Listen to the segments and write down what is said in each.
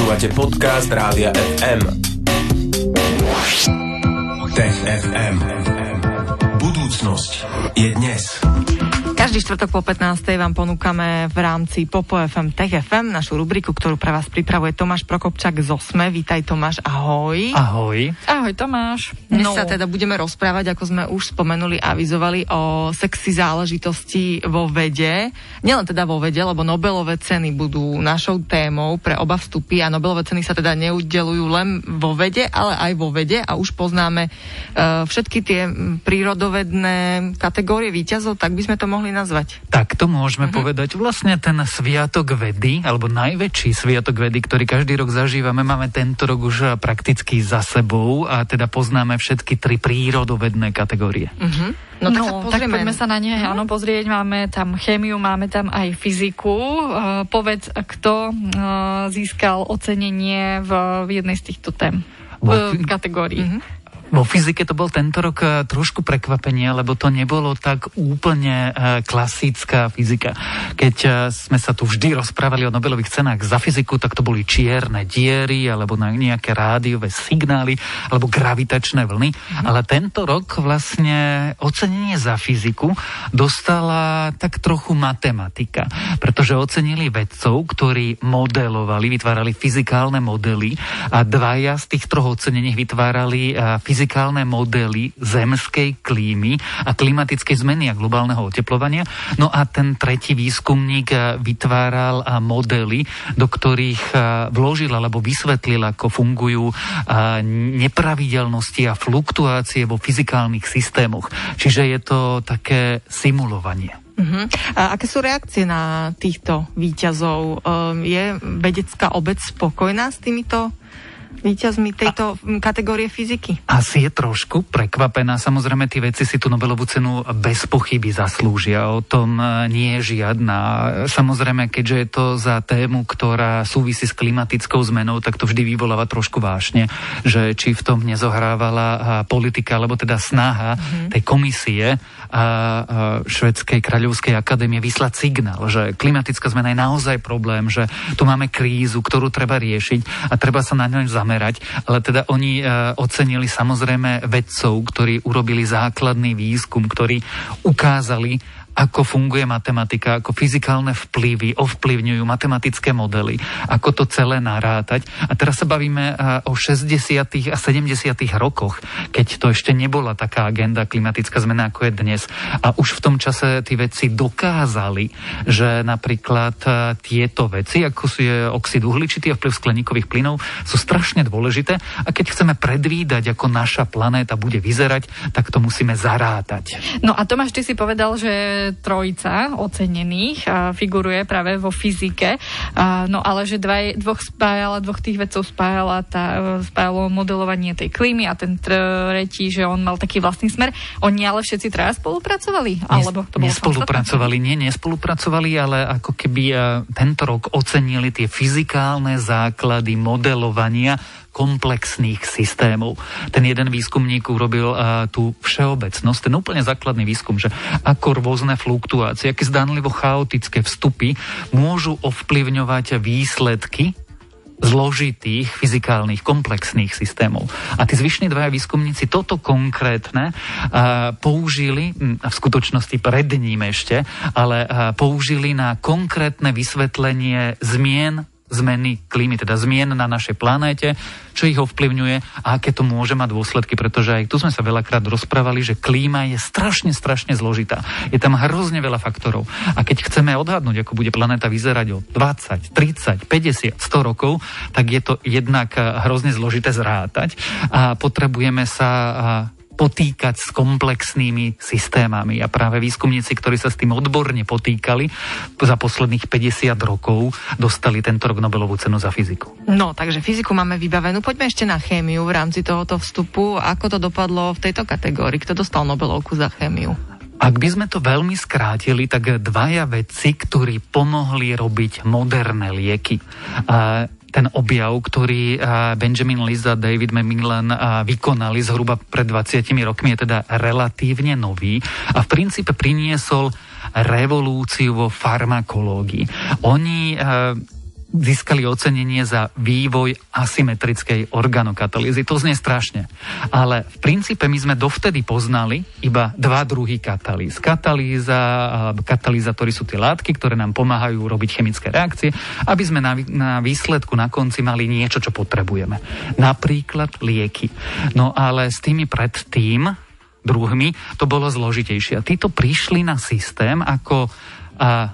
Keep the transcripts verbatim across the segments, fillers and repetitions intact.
Počúvate podcast Rádia ef em. Tech ef em. Budúcnosť je dnes. Každý štvrtok po pätnástej vám ponúkame v rámci Popo ef em Tech ef em našu rubriku, ktorú pre vás pripravuje Tomáš Prokopčák z Osme. Vítaj Tomáš, ahoj. Ahoj. Ahoj Tomáš. Dnes no. sa teda budeme rozprávať, ako sme už spomenuli, avizovali o sexy záležitosti vo vede. Nielen teda vo vede, lebo Nobelové ceny budú našou témou pre oba vstupy a Nobelové ceny sa teda neudeľujú len vo vede, ale aj vo vede a už poznáme uh, všetky tie prírodovedné kategórie víťazov, tak by sme to mohli nazvať. Tak to môžeme uh-huh. povedať. Vlastne ten sviatok vedy, alebo najväčší sviatok vedy, ktorý každý rok zažívame, máme tento rok už prakticky za sebou a teda poznáme všetky tri prírodovedné kategórie. Uh-huh. No, tak, no, sa tak poďme sa na ne uh-huh. áno, pozrieť. Máme tam chémiu, máme tam aj fyziku. Uh, povedz, kto uh, získal ocenenie v, v jednej z týchto tém, v, v kategórii. Uh-huh. Vo fyzike to bol tento rok trošku prekvapenie, lebo to nebolo tak úplne klasická fyzika. Keď sme sa tu vždy rozprávali o Nobelových cenách za fyziku, tak to boli čierne diery, alebo nejaké rádiové signály, alebo gravitačné vlny. Mhm. Ale tento rok vlastne ocenenie za fyziku dostala tak trochu matematika, pretože ocenili vedcov, ktorí modelovali, vytvárali fyzikálne modely a dvaja z tých troch ocenení vytvárali fyzikálne fyzikálne modely zemskej klímy a klimatickej zmeny a globálneho oteplovania. No a ten tretí výskumník vytváral modely, do ktorých vložil alebo vysvetlil, ako fungujú nepravidelnosti a fluktuácie vo fyzikálnych systémoch. Čiže je to také simulovanie. Uh-huh. A aké sú reakcie na týchto víťazov? Um, je vedecká obec spokojná s týmito víťazmi tejto a, kategórie fyziky? Asi je trošku prekvapená. Samozrejme, tí vedci si tú Nobelovú cenu bez pochyby zaslúžia. O tom nie je žiadna. Samozrejme, keďže je to za tému, ktorá súvisí s klimatickou zmenou, tak to vždy vyvoláva trošku vášne, že či v tom nezohrávala politika, alebo teda snaha mm-hmm. tej komisie a Švédskej kráľovskej akadémie vyslať signál, že klimatická zmena je naozaj problém, že tu máme krízu, ktorú treba riešiť a treba sa na ňu zamerať, ale teda oni uh, ocenili samozrejme vedcov, ktorí urobili základný výskum, ktorí ukázali, ako funguje matematika, ako fyzikálne vplyvy ovplyvňujú matematické modely, ako to celé narátať. A teraz sa bavíme o šesťdesiatych a sedemdesiatych rokoch, keď to ešte nebola taká agenda klimatická zmena, ako je dnes. A už v tom čase tí vedci dokázali, že napríklad tieto veci, ako sú je oxid uhličitý a vplyv skleníkových plynov, sú strašne dôležité. A keď chceme predvídať, ako naša planéta bude vyzerať, tak to musíme zarátať. No a Tomáš, ty si povedal, že trojica ocenených a figuruje práve vo fyzike. A, no ale že dva, dvoch spájala, dvoch tých vedcov spájala tá, spájalo modelovanie tej klímy a ten tretí, že on mal taký vlastný smer. Oni ale všetci traja spolupracovali? Alebo to bolo nespolupracovali, nie, nespolupracovali, ale ako keby tento rok ocenili tie fyzikálne základy modelovania komplexných systémov. Ten jeden výskumník urobil uh, tú všeobecnosť, ten úplne základný výskum, že ako rôzne fluktuácie, aké zdánlivo chaotické vstupy môžu ovplyvňovať výsledky zložitých fyzikálnych komplexných systémov. A tí zvyšní dvaja výskumníci toto konkrétne uh, použili, v skutočnosti pred ním ešte, ale uh, použili na konkrétne vysvetlenie zmien zmeny klímy, teda zmien na našej planéte, čo ich ovplyvňuje a aké to môže mať dôsledky, pretože aj tu sme sa veľakrát rozprávali, že klíma je strašne, strašne zložitá. Je tam hrozne veľa faktorov. A keď chceme odhadnúť, ako bude planéta vyzerať o dvadsať, tridsať, päťdesiat, sto rokov, tak je to jednak hrozne zložité zrátať a potrebujeme sa potýkať s komplexnými systémami. A práve výskumníci, ktorí sa s tým odborne potýkali za posledných päťdesiat rokov, dostali tento rok Nobelovú cenu za fyziku. No, takže fyziku máme vybavenú. Poďme ešte na chémiu v rámci tohoto vstupu. Ako to dopadlo v tejto kategórii? Kto dostal Nobelovku za chémiu? Ak by sme to veľmi skrátili, tak dvaja vedci, ktorí pomohli robiť moderné lieky. A ten objav, ktorý Benjamin Liss a David Macmillan vykonali zhruba pred dvadsiatimi rokmi, je teda relatívne nový a v princípe priniesol revolúciu vo farmakológii. Oni získali ocenenie za vývoj asymetrickej organokatalýzy. To znie strašne. Ale v princípe my sme dovtedy poznali iba dva druhy katalýz. Katalýza, alebo katalizátory sú tie látky, ktoré nám pomáhajú robiť chemické reakcie, aby sme na, na výsledku na konci mali niečo, čo potrebujeme. Napríklad lieky. No ale s tými predtým druhmi to bolo zložitejšie. Títo prišli na systém ako a,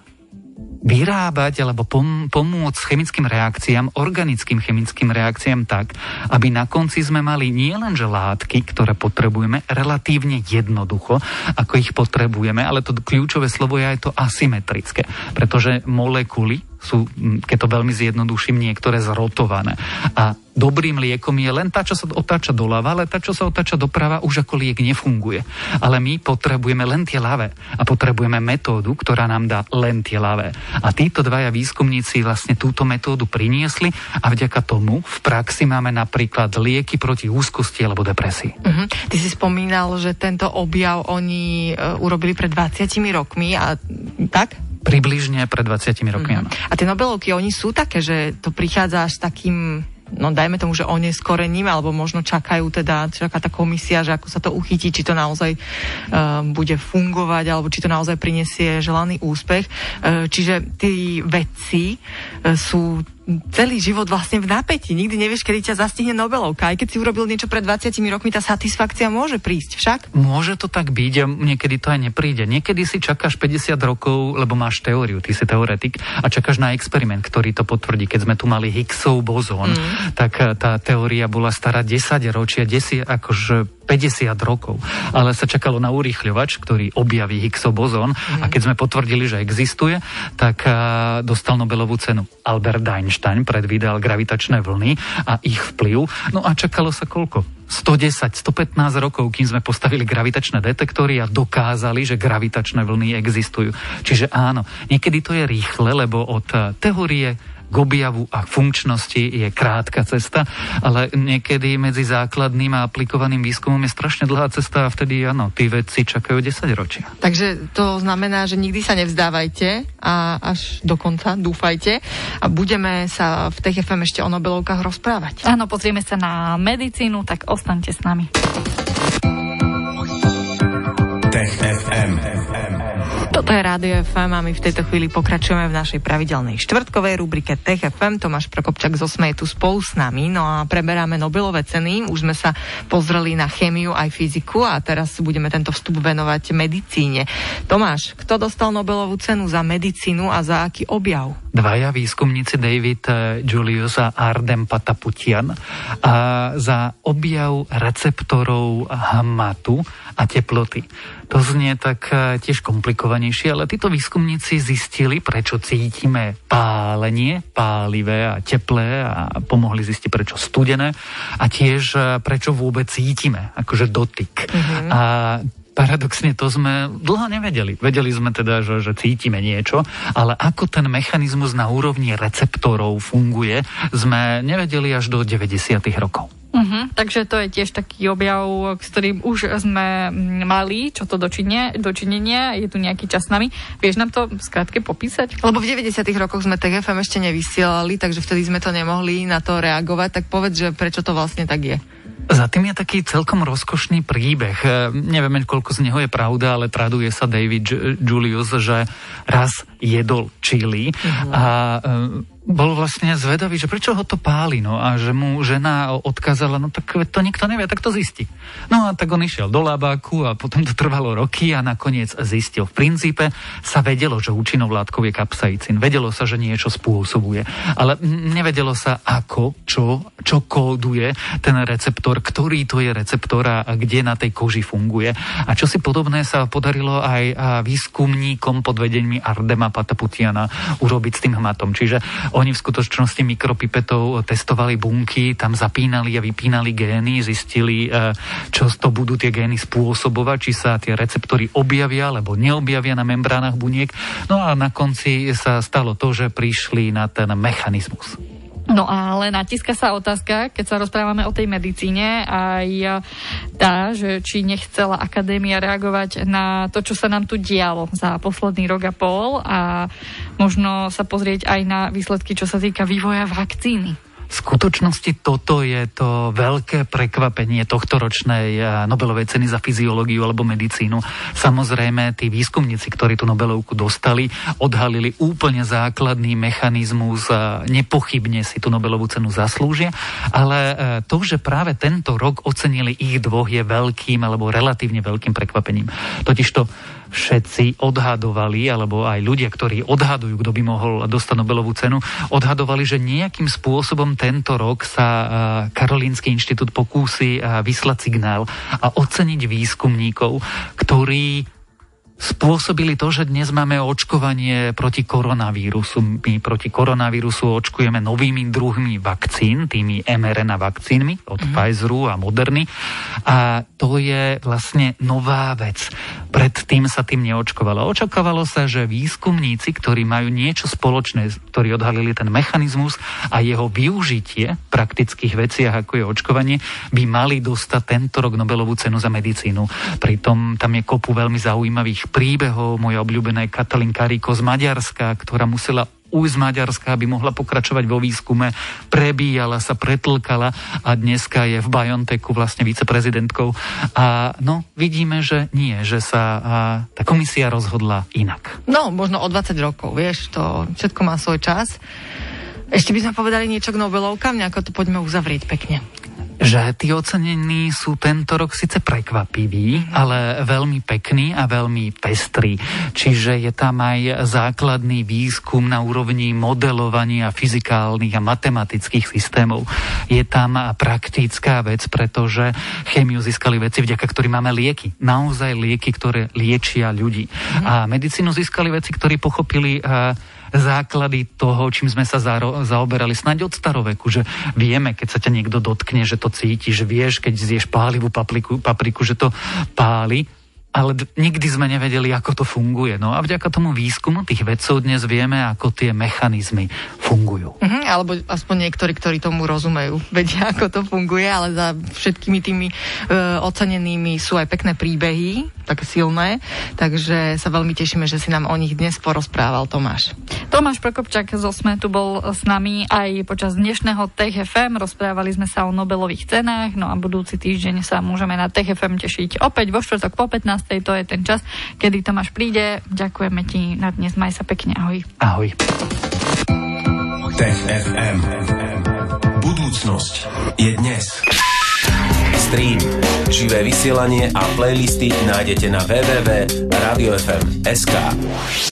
vyrábať alebo pom- pomôcť chemickým reakciám, organickým chemickým reakciám tak, aby na konci sme mali nielenže látky, ktoré potrebujeme relatívne jednoducho, ako ich potrebujeme, ale to kľúčové slovo je aj to asymetrické, pretože molekuly sú, keď to veľmi zjednoduším, niektoré zrotované. A dobrým liekom je len tá, čo sa otáča doľava, ale tá, čo sa otáča doprava, už ako liek nefunguje. Ale my potrebujeme len tie ľavé a potrebujeme metódu, ktorá nám dá len tie ľavé. A títo dvaja výskumníci vlastne túto metódu priniesli a vďaka tomu v praxi máme napríklad lieky proti úzkosti alebo depresii. Uh-huh. Ty si spomínal, že tento objav oni uh, urobili pred dvadsiatimi rokmi a tak? Približne pred dvadsiatimi rokmi, áno. Mm-hmm. A tie Nobelovky, oni sú také, že to prichádza až s takým, no dajme tomu, že oneskorením, alebo možno čakajú teda, čaká tá komisia, že ako sa to uchytí, či to naozaj uh, bude fungovať, alebo či to naozaj prinesie želaný úspech. Uh, čiže tí vedci uh, sú celý život vlastne v napätí. Nikdy nevieš, kedy ťa zastihne Nobelovka. Aj keď si urobil niečo pred dvadsiatimi rokmi, tá satisfakcia môže prísť však? Môže to tak byť a niekedy to aj nepríde. Niekedy si čakáš päťdesiat rokov, lebo máš teóriu, ty si teoretik a čakáš na experiment, ktorý to potvrdí. Keď sme tu mali Higgsov bozón, mm. tak tá teória bola stará desať ročia, desať, akože päťdesiat rokov. Ale sa čakalo na urýchľovač, ktorý objaví Higgsov bozón mm. a keď sme potvrdili, že existuje, tak dostal Nobelovú cenu Albert Einstein, predvídal gravitačné vlny a ich vplyv. No a čakalo sa koľko? sto desať, sto pätnásť rokov, kým sme postavili gravitačné detektory a dokázali, že gravitačné vlny existujú. Čiže áno, niekedy to je rýchle, lebo od teórie k objavu a funkčnosti je krátka cesta, ale niekedy medzi základným a aplikovaným výskumom je strašne dlhá cesta a vtedy, áno, tí vedci čakajú desať ročia. Takže to znamená, že nikdy sa nevzdávajte a až do konca dúfajte a budeme sa v Tech ef em ešte o Nobelovkách rozprávať. Áno, pozrieme sa na medicínu, tak ostaňte s nami. Tech ef em. Toto je Rádio ef em a my v tejto chvíli pokračujeme v našej pravidelnej štvrtkovej rubrike Tech ef em. Tomáš Prokopčák zo es em e je tu spolu s nami, no a preberáme Nobelové ceny. Už sme sa pozreli na chémiu aj fyziku a teraz budeme tento vstup venovať medicíne. Tomáš, kto dostal Nobelovú cenu za medicínu a za aký objav? Dvaja výskumníci David Julius a Ardem Pataputian a za objav receptorov hmatu a teploty. To znie tak tiež komplikovanejšie, ale títo výskumníci zistili, prečo cítime pálenie, pálivé a teplé a pomohli zistiť, prečo studené a tiež prečo vôbec cítime, akože dotyk. Mm-hmm. A paradoxne to sme dlho nevedeli. Vedeli sme teda, že, že cítime niečo, ale ako ten mechanizmus na úrovni receptorov funguje, sme nevedeli až do deväťdesiatych rokov. Uh-huh, takže to je tiež taký objav, s ktorým už sme mali čo to dočinie, dočinenia, je tu nejaký čas s nami. Vieš nám to skrátke popísať? Lebo v deväťdesiatych rokoch sme Tech ef em ešte nevysielali, takže vtedy sme to nemohli na to reagovať, tak povedz, že prečo to vlastne tak je. Za tým je taký celkom rozkošný príbeh. Nevieme, koľko z neho je pravda, ale traduje sa David Julius, že raz jedol čili uh-huh. a bol vlastne zvedavý, že prečo ho to páli, no a že mu žena odkázala, no tak to nikto nevie, tak to zistí. No a tak on išiel do labáku a potom to trvalo roky a nakoniec zistil. V princípe sa vedelo, že účinnou látkou je kapsaicín. Vedelo sa, že niečo spôsobuje, ale nevedelo sa ako, čo, čo kóduje ten receptor, ktorý to je receptor a kde na tej koži funguje. A čo si podobné sa podarilo aj výskumníkom pod vedením Ardema Pataputiana urobiť s tým hmatom. Čiže oni v skutočnosti mikropipetou testovali bunky, tam zapínali a vypínali gény, zistili, čo to budú tie gény spôsobovať, či sa tie receptory objavia alebo neobjavia na membránach buniek. No a na konci sa stalo to, že prišli na ten mechanizmus. No ale natíska sa otázka, keď sa rozprávame o tej medicíne, aj tá, že či nechcela akadémia reagovať na to, čo sa nám tu dialo za posledný rok a pol a možno sa pozrieť aj na výsledky, čo sa týka vývoja vakcíny. V skutočnosti toto je to veľké prekvapenie tohto ročnej Nobelovej ceny za fyziológiu alebo medicínu. Samozrejme, tí výskumníci, ktorí tú Nobelovku dostali, odhalili úplne základný mechanizmus, nepochybne si tú Nobelovú cenu zaslúžia, ale to, že práve tento rok ocenili ich dvoch, je veľkým alebo relatívne veľkým prekvapením. Totižto všetci odhadovali, alebo aj ľudia, ktorí odhadujú, kto by mohol dostať Nobelovú cenu, odhadovali, že nejakým spôsobom tento rok sa Karolínsky inštitút pokúsi vyslať signál a oceniť výskumníkov, ktorí spôsobili to, že dnes máme očkovanie proti koronavírusu. My proti koronavírusu očkujeme novými druhmi vakcín, tými em er en á vakcínmi od mm. Pfizeru a Moderny. A to je vlastne nová vec. Predtým sa tým neočkovalo. Očakávalo sa, že výskumníci, ktorí majú niečo spoločné, ktorí odhalili ten mechanizmus a jeho využitie v praktických veciach, ako je očkovanie, by mali dostať tento rok Nobelovú cenu za medicínu. Pritom tam je kopu veľmi zaujímavých príbehov. Moja obľúbená je Katalin Kariko z Maďarska, ktorá musela ujsť z Maďarska, aby mohla pokračovať vo výskume, prebíjala sa, pretlkala a dneska je v BioNTechu vlastne viceprezidentkou. A no, vidíme, že nie, že sa a, tá komisia rozhodla inak. No, možno o dvadsať rokov, vieš, to všetko má svoj čas. Ešte by sme povedali niečo k Nobelovkám, nejako to poďme uzavrieť pekne. Že tí ocenení sú tento rok síce prekvapiví, mm. ale veľmi pekný a veľmi pestrý. Čiže je tam aj základný výskum na úrovni modelovania fyzikálnych a matematických systémov. Je tam praktická vec, pretože chémiu získali veci, vďaka ktorým máme lieky. Naozaj lieky, ktoré liečia ľudí. Mm. A medicínu získali veci, ktorí pochopili základy toho, čím sme sa zaoberali snáď od staroveku, že vieme, keď sa ťa niekto dotkne, že to cítiš, vieš, keď zješ pálivú papriku, papriku, že to páli, ale d- nikdy sme nevedeli, ako to funguje. No a vďaka tomu výskumu tých vedcov dnes vieme, ako tie mechanizmy fungujú. Uh-huh, alebo aspoň niektorí, ktorí tomu rozumejú, vedia, ako to funguje, ale za všetkými tými e, ocenenými sú aj pekné príbehy, také silné, takže sa veľmi tešíme, že si nám o nich dnes porozprával Tomáš. Tomáš Prokopčák z Osme tu bol s nami aj počas dnešného Tech ef em. Rozprávali sme sa o Nobelových cenách, no a budúci týždeň sa môžeme na Tech ef em tešiť opäť vo štvrtok po pätnástej. To je ten čas, kedy Tomáš príde. Ďakujeme ti na dnes. Maj sa pekne. Ahoj. Ahoj. Tech ef em. Budúcnosť je dnes. Stream, živé vysielanie a playlisty nájdete na w w w bodka radio f m bodka es ka.